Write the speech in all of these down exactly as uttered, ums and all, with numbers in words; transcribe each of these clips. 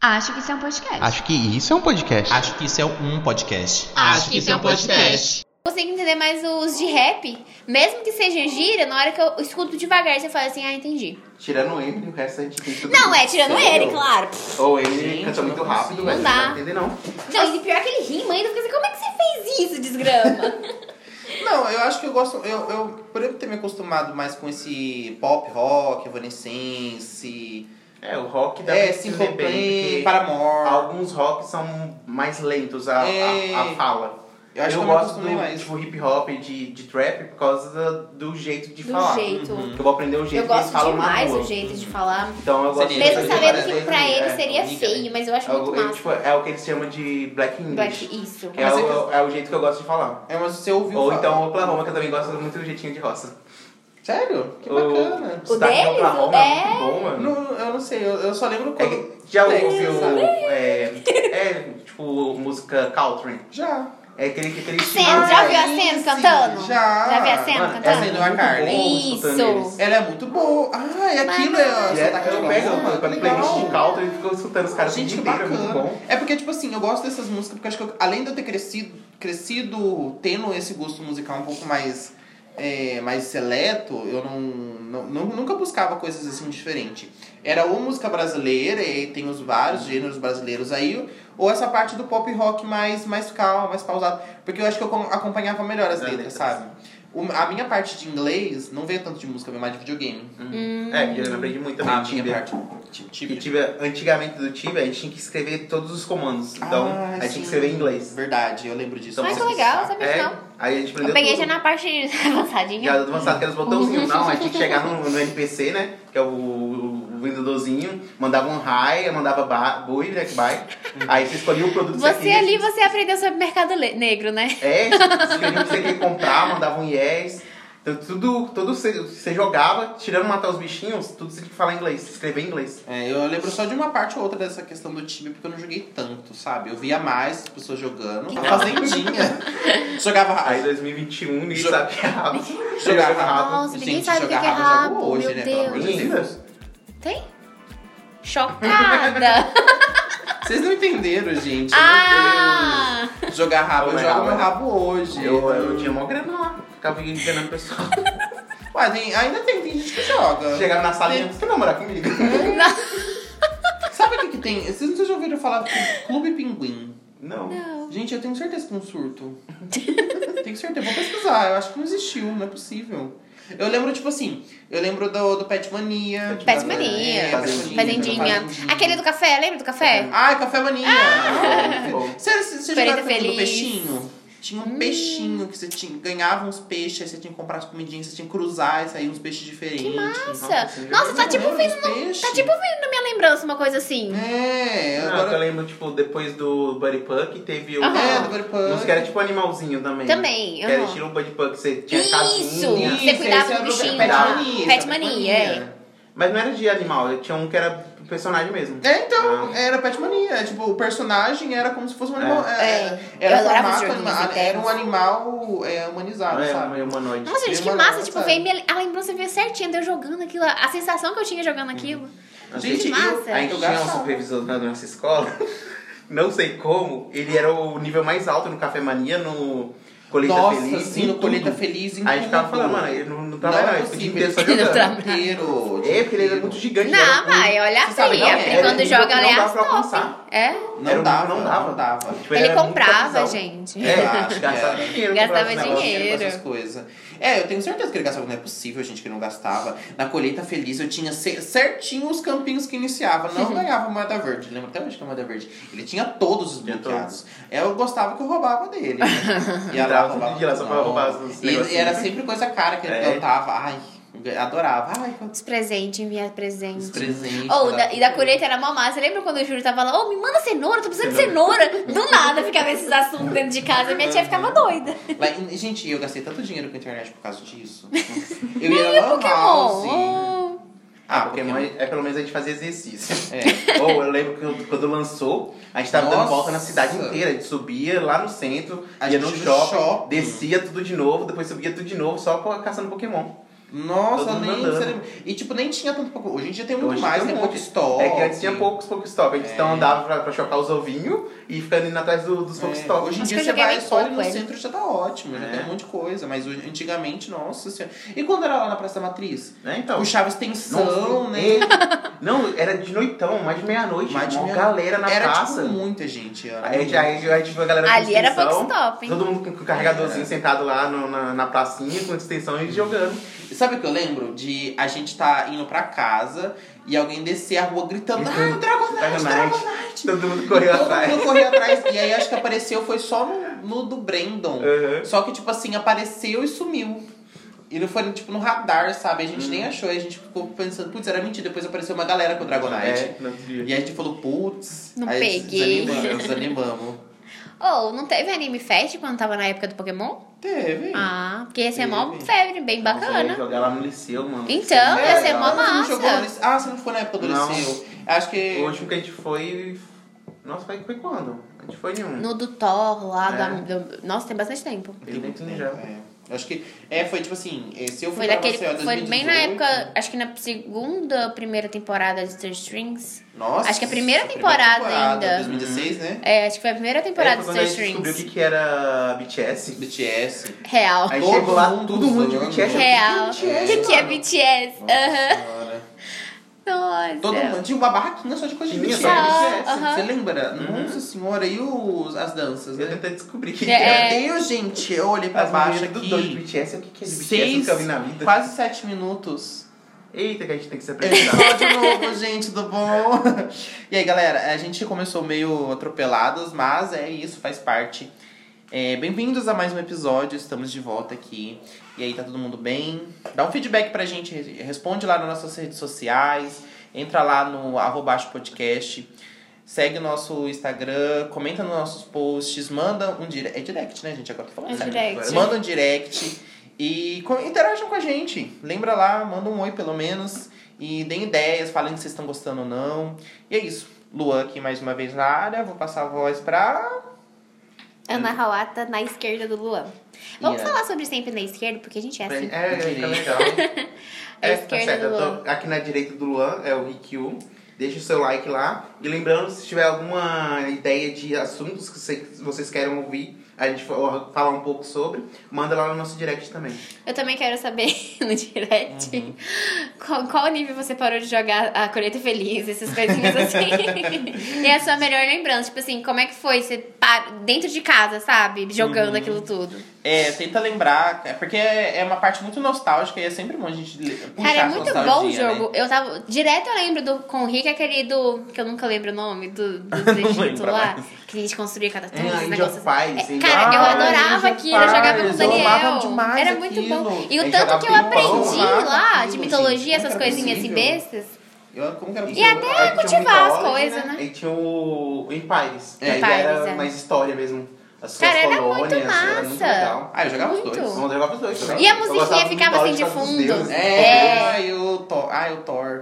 Acho que isso é um podcast. Acho que isso é um podcast. Acho que isso é um podcast. Acho que isso é um podcast. Eu consigo entender mais os de rap, mesmo que seja gíria, na hora que eu escuto devagar, você fala assim, ah, entendi. Tirando ele, o resto a gente tem tudo. Não, é, tirando sério. ele, claro. Ou ele canta muito rápido, Não mas dá. não vai entender, não. Não, e pior que ele rima ainda, fica assim, como é que você fez isso, desgrama? Não, eu acho que eu gosto. Eu, eu, por eu ter me acostumado mais com esse pop rock, Evanescence. É, o rock dá É, pra Simple entender bem, Plan, porque Paramore. alguns rocks são mais lentos a, É. a, a fala. Eu acho eu que eu me gosto acostumei do mais. tipo, hip hop de, de trap por causa do, do jeito de Do falar. jeito. Uhum. Eu vou aprender o jeito Eu que eles gosto falam demais na rua. o jeito de falar. Então eu gosto Seria- Mesmo Ele sabendo parece- que pra ele é, seria amiga, feio, mas eu acho É, muito o, massa. tipo, é o que eles chamam de Black English. Black, isso. Que é, Mas é o, é o jeito que eu gosto de falar. É, mas você ouviu Ou falar- então Oklahoma, que eu também gosto muito do jeitinho de roça. Sério? Que O- bacana. O sotaque de deles? Oklahoma É. é muito bom, mano. Não, eu não sei, eu, eu só lembro É quando. que já É, ouviu sabe? é, é, tipo, música country? Já. É aquele, aquele Acento, já ouviu Ah, Acento sim, cantando? já. Já viu Acento Mano, cantando? Acento é a Carly. Isso. Ela é muito boa. Ah, e aquilo é. E é, sotaque de eu Oklahoma, pego que quando legal. playlist de country e fico escutando os caras o Gente, dia que inteiro, é muito bacana. bom. É porque, tipo assim, eu gosto dessas músicas porque acho que eu, além de eu ter crescido, crescido tendo esse gosto musical um pouco mais, é, mais seleto, eu não, não, não- nunca buscava coisas assim diferentes. Era ou música brasileira, e tem os vários gêneros brasileiros aí, ou essa parte do pop rock mais, mais calmo, mais pausado. Porque eu acho que eu com- acompanhava melhor as É, letras, letras. sabe? O- a minha parte de inglês não veio tanto de música, veio mais de videogame. Uhum. É, que eu aprendi muito também. A minha Tibia. parte. Que Tibia, antigamente do Tibia, a gente tinha que escrever todos os comandos. Então, Ah, a gente tinha sim. que escrever em inglês. Verdade, eu lembro disso. Então, Ai, que você- legal, sabia É, não. aí a gente aprendeu Eu peguei tudo. já na parte avançadinha. Já do avançado, que era os botãozinhos. Não, a gente tinha que chegar no, no N P C, né? Que é o, o vendedorzinho. Mandava um hi, mandava ba- boi, né? Bye. Aí você escolhia o produto que você Você queria. ali, você aprendeu sobre mercado le- negro, né? É, escolhia o que você queria comprar, mandava um yes. Então, tudo, tudo você, você jogava, tirando matar os bichinhos, tudo você tinha que falar inglês, escrever em inglês. É, eu lembro só de uma parte ou outra dessa questão do time, porque eu não joguei tanto, sabe? Eu via mais as pessoas jogando. A fazendinha. Jogava Aí raiva. dois mil e vinte e um, ninguém Jo- sabe o que é rabo. Jogava Jogava rabo. Nossa, ninguém Gente, sabe o que jogar que é rabo eu jogo rabo, hoje, meu né? Pelo amor de Deus. Deus. Tem? Chocada. Vocês não entenderam, gente. ah! Meu Deus. Jogar rabo, eu Como é jogo rabo, meu né? rabo hoje. Eu, eu tinha mó grana lá, ficava enganando o pessoal. Ué, tem- ainda tem, tem gente que joga. Chegava na salinha, você quer namorar comigo? Sabe o que, que tem? Vocês não já ouviram falar do Clube Pinguim? Não. Não. Gente, eu tenho certeza que é um surto. Tenho certeza, vou pesquisar. Eu acho que não existiu, não é possível. Eu lembro, tipo assim, eu lembro do, do Pet Mania. Pet da- Mania. é, Fazendinha. Fazendinha. Fazendinha. Aquele do café, lembra do café? Ai, Café Mania. Ah, bom. Você, você, você Esperança jogava do Feliz. peixinho? Tinha um peixinho que você tinha, ganhava uns peixes, aí você tinha que comprar as comidinhas, você tinha que cruzar e sair uns peixes diferentes. Que massa. Nossa, Nossa, tá Você tipo lembra vindo, dos no- peixes? tá tipo vindo na minha lembrança uma coisa assim. É, Não, agora... eu lembro, tipo, depois do Buddy Puck, teve o... Aham. É, do Buddy Puck. Uns que era tipo animalzinho também. Também, Que era aham. estilo Buddy Puck, você tinha Isso! casinha. Você cuidava esse do era bichinho Pet lá. Mania, Pet esse era Mania, é. Mas não era de animal, tinha um que era personagem mesmo. É, então, Ah. era Pet Mania. Tipo, o personagem era como se fosse um animal. É. É, Eu Era adorava os formato, joguinhos anima- era internos. um animal é, humanizado, É, sabe? meio humanoide. Nossa, gente, que Mano, massa. Tipo, sabe? veio minha, a lembrança veio certinha de eu jogando aquilo. A sensação que eu tinha jogando aquilo. Gente, Que eu- massa. A gente Eu tinha um gastava. supervisor na nossa escola, não sei como, ele era o nível mais alto no Café Mania, no Colheita Nossa, Feliz. sim, em no Colheita tudo. Feliz em Aí a gente ficava tudo. falando, mano, ele não, não Não trabalha é mais, podia possível. inteiro só Ele não jogando. trabalha. Inteiro, É, porque ele era muito gigante. Não, era um- mas olha a Você sabe, fria. não, Porque era quando um joga nível que ali não é dava as pra top. alcançar. É? Não Era um- dava, não dava. não dava. Tipo, Ele era muito comprava, visão. gente. É, Eu acho que gastava era. dinheiro. Gastava comprava esse negócio. dinheiro. Com essas coisas. É, eu tenho certeza que ele gastava, não é possível, gente, que não gastava. Na Colheita Feliz eu tinha ce- certinho os campinhos que iniciava. Não ganhava moeda verde. Lembra até hoje que é moeda verde? Ele tinha todos os Tinha bloqueados. Eu gostava que eu roubava dele. Né? E Entrava roubava todo dia lá só pra não. roubar os E, negocinhos. e era sempre coisa cara que ele É. cantava. Ai, eu adorava. Ai, quantos Os presentes, enviar presentes. presentes. Ou, ela- da, e da colheita era mó massa. Lembra quando o Júlio tava lá? Ô, me manda cenoura, tô precisando de cenoura. Do nada ficava esses assuntos dentro de casa. Minha tia ficava doida. Lá, e, gente, eu gastei tanto dinheiro com a internet por causa disso. Eu ia E o lá no Pokémon? house. Oh. Ah, Pokémon é, é pelo menos a gente fazia exercício. É. Ou eu lembro que eu- quando lançou, a gente tava dando Nossa. volta na cidade inteira. A gente subia lá no centro, A ia gente no no shopping, shopping. descia tudo de novo, depois subia tudo de novo, só pra- caçando Pokémon. Nossa, Todo eu mundo nem andando. sei. E tipo, nem tinha tanto pouco. Hoje em dia tem muito Hoje mais, tem tem um pouco monte. stop. É que antes tinha poucos, poucos stop. A gente É. então andava pra, pra chocar os ovinhos e ficando indo atrás do, dos poucos É, stop. hoje em Acho dia que eu você joguei vai bem só ali pouco no ele. centro já tá ótimo, já É. tem um monte de coisa. Mas hoje, antigamente, nossa senhora. E quando era lá na Praça da Matriz? É, então. Puxava extensão, Nossa, né? é. Não, era de noitão, mais de meia-noite. Mais de uma meia- galera na era, praça. tipo, muita gente. Era Aí a gente, muita aí a gente viu a galera com Ali era extensão, pouco stop, hein? todo mundo com o carregadorzinho sentado lá no- na, na pracinha, com extensão e jogando. Sabe o que eu lembro? De a gente tá indo pra casa e alguém descer a rua gritando: Ah, o Dragonite, Dragonite. Dragonite! Todo mundo correu Todo atrás. mundo correu atrás. E aí acho que apareceu, foi só no, no do Brandon. Uhum. Só que, tipo assim, apareceu e sumiu. E não foi, tipo, no radar, sabe? A gente nem achou. E a gente ficou pensando, putz, era mentira. Depois apareceu uma galera com o Dragonite. É, no outro dia. E a gente falou, putz. Não aí peguei. Desanimamos, desanimamos. Oh, não teve Anime Fest quando tava na época do Pokémon? Teve. Ah, porque ia ser mó Teve. febre, bem Nossa, eu ia bacana. jogar lá no liceu, mano. Então, ia ser mó Você não jogou no massa. liceu? Ah, você não foi na época do Não. liceu. Acho que... O último que a gente foi... Nossa, foi, foi quando? A gente foi em um. No do Thor lá, É. da, do- nossa, tem bastante tempo. Tem muito tempo, já. é. Acho que... É, foi tipo assim... Se eu fui Foi pra daquele. Maceió em Foi bem na dois mil e dezoito, época, acho que na segunda, primeira temporada de Star Strings. Nossa, Acho que a primeira temporada ainda. dois mil e dezesseis, né? É, acho que foi a primeira É, temporada foi de quando a Star gente descobriu o Strings. que, que era B T S. B T S. Real. Aí Todo chegou lá, mundo todo mundo de usando. B T S. Real. O O que que é B T S, que, que é mano? B T S? Aham. Senhora. Nossa. Todo mundo tinha uma barraquinha só de coisa de B T Tinha S. só de B T S. Aham. Você lembra? Uhum. Nossa senhora, e os, as danças, Eu né? tentei descobrir o que, que É. era. Meu Deus, gente, eu olhei pra As baixo meninas aqui. do dois de B T S, o que, que é de B T S? Seis, Nunca vi na vida. quase sete minutos. Eita, que a gente tem que se apresentar. Episódio novo, gente, tudo bom? E aí, galera, a gente começou meio atropelados, mas é isso, faz parte. É, bem-vindos a mais um episódio, estamos de volta aqui. E aí, tá todo mundo bem? Dá um feedback pra gente, responde lá nas nossas redes sociais, entra lá no arroba Acho podcast, segue o nosso Instagram, comenta nos nossos posts, manda um direct. É direct, né, gente? Agora tô falando É sério. direct. Manda um direct e co- interajam com a gente. Lembra lá, manda um oi pelo menos. E deem ideias, falem se vocês estão gostando ou não. E é isso. Luan aqui mais uma vez na área. Vou passar a voz pra... Ana Rawata na esquerda do Luan. Vamos Yeah. falar sobre sempre na esquerda, porque a gente é assim. É, fica legal. A É, esquerda tá certo. do Eu Luan. tô aqui na direita do Luan, é o Rikyu. Deixa o seu like lá. E lembrando, se tiver alguma ideia de assuntos que cê- vocês querem ouvir, a gente fa- falar um pouco sobre, manda lá no nosso direct também. Eu também quero saber no direct Uhum. qual, qual nível você parou de jogar a Colheita Feliz, essas coisinhas assim. E a sua melhor lembrança, tipo assim, como é que foi? Você par... dentro de casa, sabe? Jogando Uhum. aquilo tudo. É, tenta lembrar, é porque é é uma parte muito nostálgica e é sempre bom a gente le- puxar Cara, é essa muito bom o nostalgia, jogo. né? Eu tava. Direto eu lembro do com o Rick, aquele do. Que eu nunca lembro o nome, do, do, do Não Egito lembro lá. mais. Que a gente construía cada É, tudo, a esse Age negócio of assim. Pires, É, Age cara, of eu Ah, adorava Age of aquilo, eu jogava com o Pires, eu amava Daniel. demais Era muito aquilo. bom. E A o gente tanto jogava que eu tempão, aprendi amava lá aquilo, de mitologia, gente. essas Como era coisinhas assim possível? bestas. Eu, como que era E possível? até- Aí tinha o cultivar as Mythology, coisas, né? Aí tinha o Empires. É, Aí Empires, era é. mais história mesmo. As Cara, suas era colônias, muito era muito massa. legal. Ah, eu jogava os Muito. dois. Vamos jogar os dois também. E a Eu musiquinha gostava do ficava assim de Mythology por causa dos fundo. deuses. É, É. e o Thor. Ah, o Thor.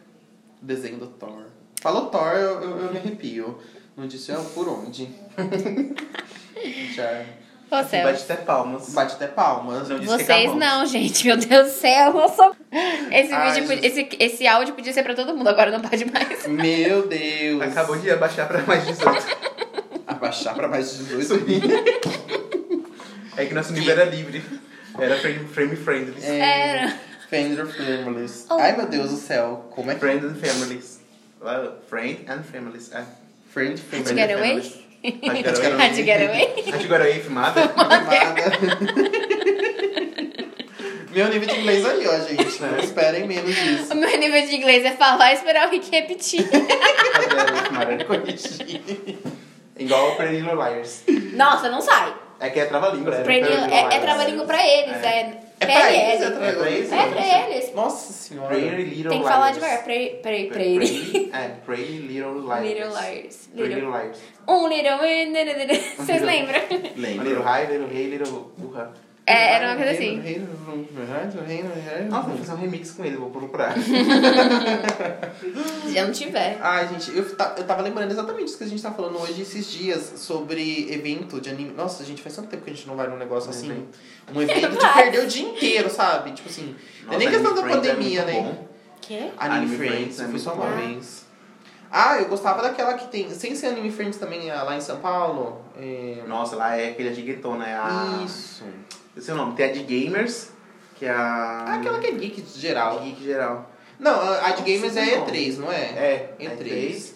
O desenho do Thor. Falou Thor, eu, eu, eu me arrepio. Não disse eu por onde. Já Ô, céu. Bate até palmas. bate até palmas. Não disse que Vocês acabou. não, gente. Meu Deus do céu, eu sou. Esse, Ai, vídeo, Jesus. esse, esse áudio podia ser pra todo mundo, agora não pode mais. Meu Deus. Acabou de abaixar pra mais dezoito. Abaixar pra mais de dezoito. É que nosso nível era livre. Era frame, frame friendly. Era. Fender Families. Oh. Ai, meu Deus do céu. Como é que... Friend and families. Well, friend and families. É. Friend Had to Families. get away? Had to get away. Had to get away? Had to get away, filmada. Meu nível de inglês aí, ó, gente. Não esperem menos disso. O meu nível de inglês é falar e esperar o Rick repetir. Had to get away, filmada. Corrigir. Igual Pretty Little Liars. Nossa, não sai. É que é trava-língua. né? Pretty- Little é, é Liars. trava-língua pra eles, é, É pra eles, P L. é pra É pra eles? É pra eles. Nossa senhora. Pretty Little Tem que falar Liars. devagar. Pray, pray, Pretty- pray. É, Pretty Little Liars. Little liars. Pretty Little. Little Liars. Um little. Vocês lembram? Little Lembro. High, Little Hey, Little Urra. É, era uma coisa Reino, assim. Reino, reino, reino, reino. Nossa, vou fazer um remix com ele, vou procurar. Se já não tiver. Ai, gente, eu, ta- eu tava lembrando exatamente isso que a gente tá falando hoje, esses dias, sobre evento de anime. Nossa, gente, faz tanto tempo que a gente não vai num negócio assim. evento. Um evento de Vai. perder o dia inteiro, sabe? Tipo assim, não é nem Nossa, questão da Anime Friends é pandemia, muito né? bom. Quê? Anime, Anime Friends, Friends é eu fui só muito uma bom. vez. Ah, eu gostava daquela que tem, sem ser Anime Friends também, a- lá em São Paulo. É... Nossa, lá é aquele gigantona, é a... Isso. Esse é o nome. Tem a de Gamers, que é a... Ah, aquela que é geek geral. Geek geral. Não, a, a de Gamers é Não. E três, não é? É, E E três. três.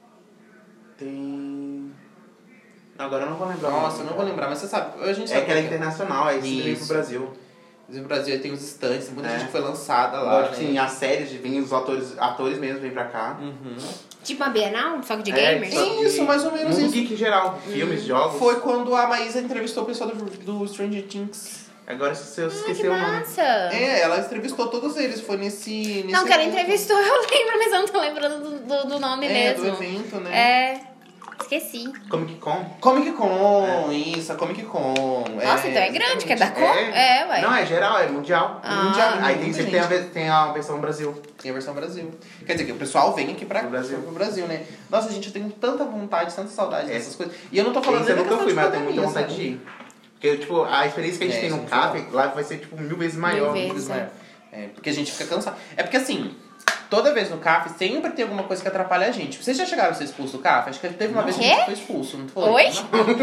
Tem... Agora eu não vou lembrar. o Nossa, nome. eu não vou lembrar, mas você sabe, a gente É sabe. aquela qual que internacional, aí você veio pro Isso. Brasil. No Brasil aí tem os stands, muita É. gente que foi lançada lá. Agora, né? tipo assim, as séries, vêm os atores, atores mesmo vêm pra cá. Uhum. Tipo uma Bienal, só que de É, gamers? só que Isso, mais ou menos mundo isso. geek geral. Filmes, jogos. Foi quando a Maísa entrevistou o pessoal do, do Stranger Things. Agora se eu Ah, esqueci que o nome. massa! É, ela entrevistou todos eles, foi nesse. nesse Não, que ela evento. entrevistou, eu lembro, mas eu não tô lembrando do, do, do nome É, mesmo. do evento, né? É. Esqueci. Comic Con. Comic Con, isso, a Comic Con. Nossa, então é grande, que é da Con? É, ué. Não, é geral, é mundial. Ah. mundial. Aí tem, Muita sempre tem a, gente. ve- tem a versão Brasil. Tem a versão Brasil. Quer dizer que o pessoal vem aqui pra, Pro Brasil. pro Brasil, né? Nossa, gente, eu tenho tanta vontade, tanta saudade É. dessas coisas. E eu não tô falando Esse eu nem nunca questão fui, de mas eu tenho muita pandemia, vontade de sabe? ir. Porque, tipo, a experiência que a gente É, tem no gente, café, lá vai ser, tipo, mil vezes maior. vezes. Eles, né? É, porque a gente fica cansado. É porque assim, toda vez no C A F sempre tem alguma coisa que atrapalha a gente. Vocês já chegaram a ser expulsos do C A F? Acho que teve uma vez que a Quê? gente foi expulso, não foi? Oi?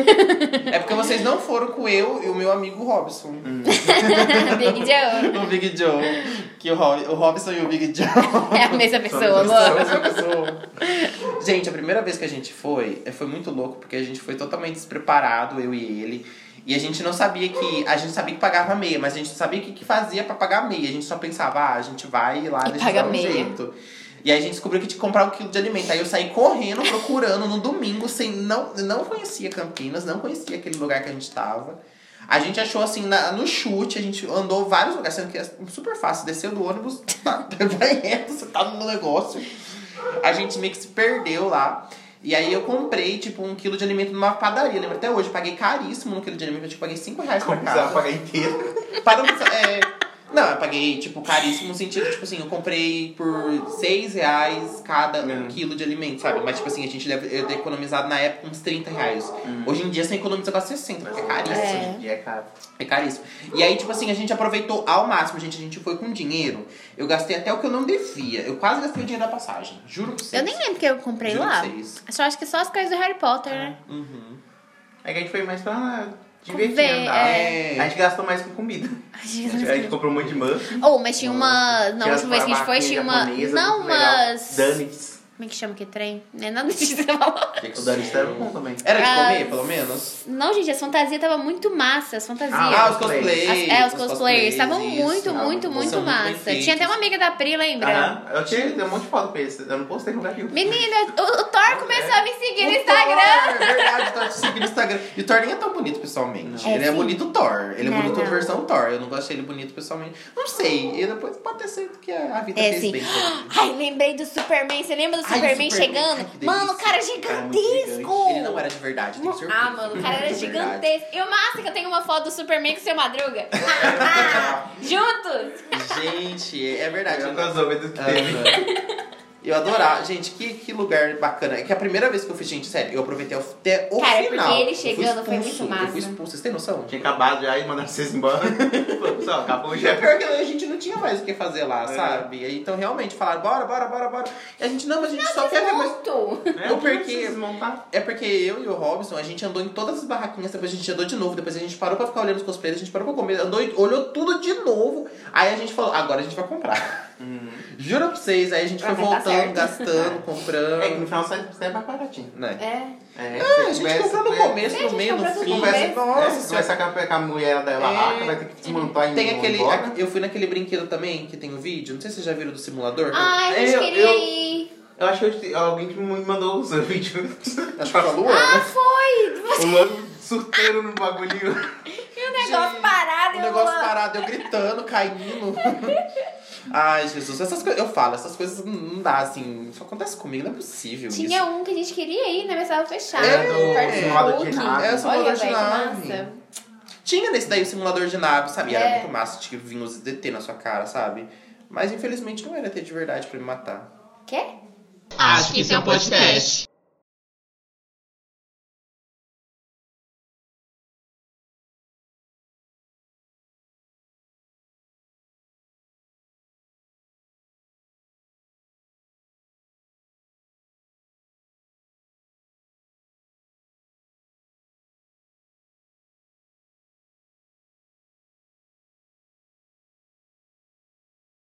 É porque vocês não foram com eu e o meu amigo Robson. Big Joe. O Big Joe. Que o, Rob, o Robson e o Big Joe. É a mesma pessoa, São amor. Essa pessoa. Gente, a primeira vez que a gente foi, eh, foi muito louco, porque a gente foi totalmente despreparado, eu e ele. E a gente não sabia que... A gente sabia que pagava meia, mas a gente não sabia o que, que fazia pra pagar meia. A gente só pensava, ah, a gente vai lá, E deixa paga dar um meia. jeito. E aí a gente descobriu que tinha que comprar um quilo de alimento. Aí eu saí correndo, procurando no domingo, sem... Não, não conhecia Campinas, não conhecia aquele lugar que a gente tava. A gente achou assim, na, no chute, a gente andou vários lugares, sendo que é super fácil. Desceu do ônibus, tá, vai reto, você tá no negócio. A gente meio que se perdeu lá. E aí eu comprei, tipo, um quilo de alimento numa padaria. Lembra até hoje, eu paguei caríssimo no quilo de alimento. Eu tipo, paguei cinco reais Como por precisava cada. pagar inteiro. Para não precisar- é... Não, eu paguei, tipo, caríssimo no sentido, tipo assim, eu comprei por seis reais cada um Hum. quilo de alimento, sabe? Mas, tipo assim, a gente deve ter economizado na época uns trinta reais. Hoje em dia você economiza quase sessenta, porque é caríssimo. É. E é caro. É caríssimo. E aí, tipo assim, a gente aproveitou ao máximo, gente. A gente foi com dinheiro. Eu gastei até o que eu não devia. Eu quase gastei o dinheiro da passagem. Juro pra vocês. Eu nem lembro que eu comprei Juro lá. pra vocês. Só acho que só as coisas do Harry Potter, né? Uhum. É que a gente foi mais pra divertir, Ver, andar. é. A gente gastou mais com comida. A A gente- gente, a gente comprou um monte de muffin. Oh, mas tinha uma. Na Tinha última vez que a gente foi, barraquinha tinha uma. japonesa, Não, muito legal. umas. Donuts. Como é que chama que trem? Não é nada disso que você falou. O Donuts era bom também. Era de As- comer, pelo menos? Não, gente, as fantasias estavam muito massa, as fantasias. Ah, os cosplays. cosplayers. As- é, os cosplayers estavam isso. muito, Ah, muito, muito são bem massa. feitos. Tinha até uma amiga da Pri, lembra? Aham. Eu tinha dei um monte de foto pra eles. Eu não postei no Brasil. Menina, o, o Thor começou a me seguir no O Instagram. Thor, é verdade, o Thor te seguindo no Instagram. E o Thor nem é tão bonito pessoalmente. Não. Ele É, é sim. bonito Thor. Ele é Não, bonito não. versão Thor. Eu não achei ele bonito pessoalmente. Não sei. E depois pode ter sido que a vida É fez assim. bem pra ele. Ai, lembrei do Superman. Você lembra do Ai, Superman Superman. chegando? Ai, que Mano, o delícia. cara é Cara, muito gigantesco. Ele não era de verdade, tenho certeza. Ah, mano, o cara era De verdade. gigantesco. E o massa que eu tenho uma foto do Superman com o seu Madruga. Juntos. Gente, é verdade. Eu crossover do que teve. Aham. Eu adorava. Gente, que, que lugar bacana. É que a primeira vez que eu fiz, gente, sério, eu aproveitei até o Cara, final. porque ele Eu fui chegando foi expulso, muito massa. Eu fui expulso, vocês têm noção? Tinha acabado já e mandaram vocês embora. Falei, pessoal, acabou É já. pior que a gente não tinha mais o que fazer lá, É. sabe? Aí, então, realmente, falaram, bora, bora, bora, bora. E a gente, não, mas a gente só quer ver mais... Muito. É, Eu perdi. Desmontar. É porque eu e o Robson, a gente andou em todas as barraquinhas, depois a gente andou de novo, depois a gente parou pra ficar olhando os cosplayers, a gente parou pra comer, andou, e olhou tudo de novo. Aí a gente falou, agora a gente vai comprar. Uhum. Juro pra vocês, aí a gente Ah, foi mas tá voltando, certo. gastando, comprando. É que no final sai, sai mais baratinho. Né? É. É, Ah, se a gente tivesse- comprou no é, começo, É, a no gente meio, no comprou tudo fim. no Conversa, começo. nossa, Nossa, se conversar com a, com a mulher da É. barraca, vai ter que desmontar e Tem ir aquele. embora. Eu fui naquele brinquedo também, que tem o vídeo. Não sei se vocês já viram do simulador. Ai, a gente Eu- queria eu- ir. Eu acho que eu- alguém que me mandou o seu vídeo. Acho que foi a Luana. Ah, foi! O Luan surteiro no bagulhinho. E o negócio Gente, parado O e negócio eu... parado, eu gritando, caindo. Ai, Jesus, essas coisas. Eu falo, essas coisas não dá, assim. Isso acontece comigo, não é possível. Tinha isso. um que a gente queria ir, né? Mas tava fechado. É, do perto simulador de Hulk. nave. É, o simulador Olha, de velho, que nave. massa. Tinha nesse daí o simulador de nave, sabe? E era É. muito massa, tinha que vir os D T na sua cara, sabe? Mas infelizmente não era ter de verdade pra me matar. Quê? Acho que isso é um podcast.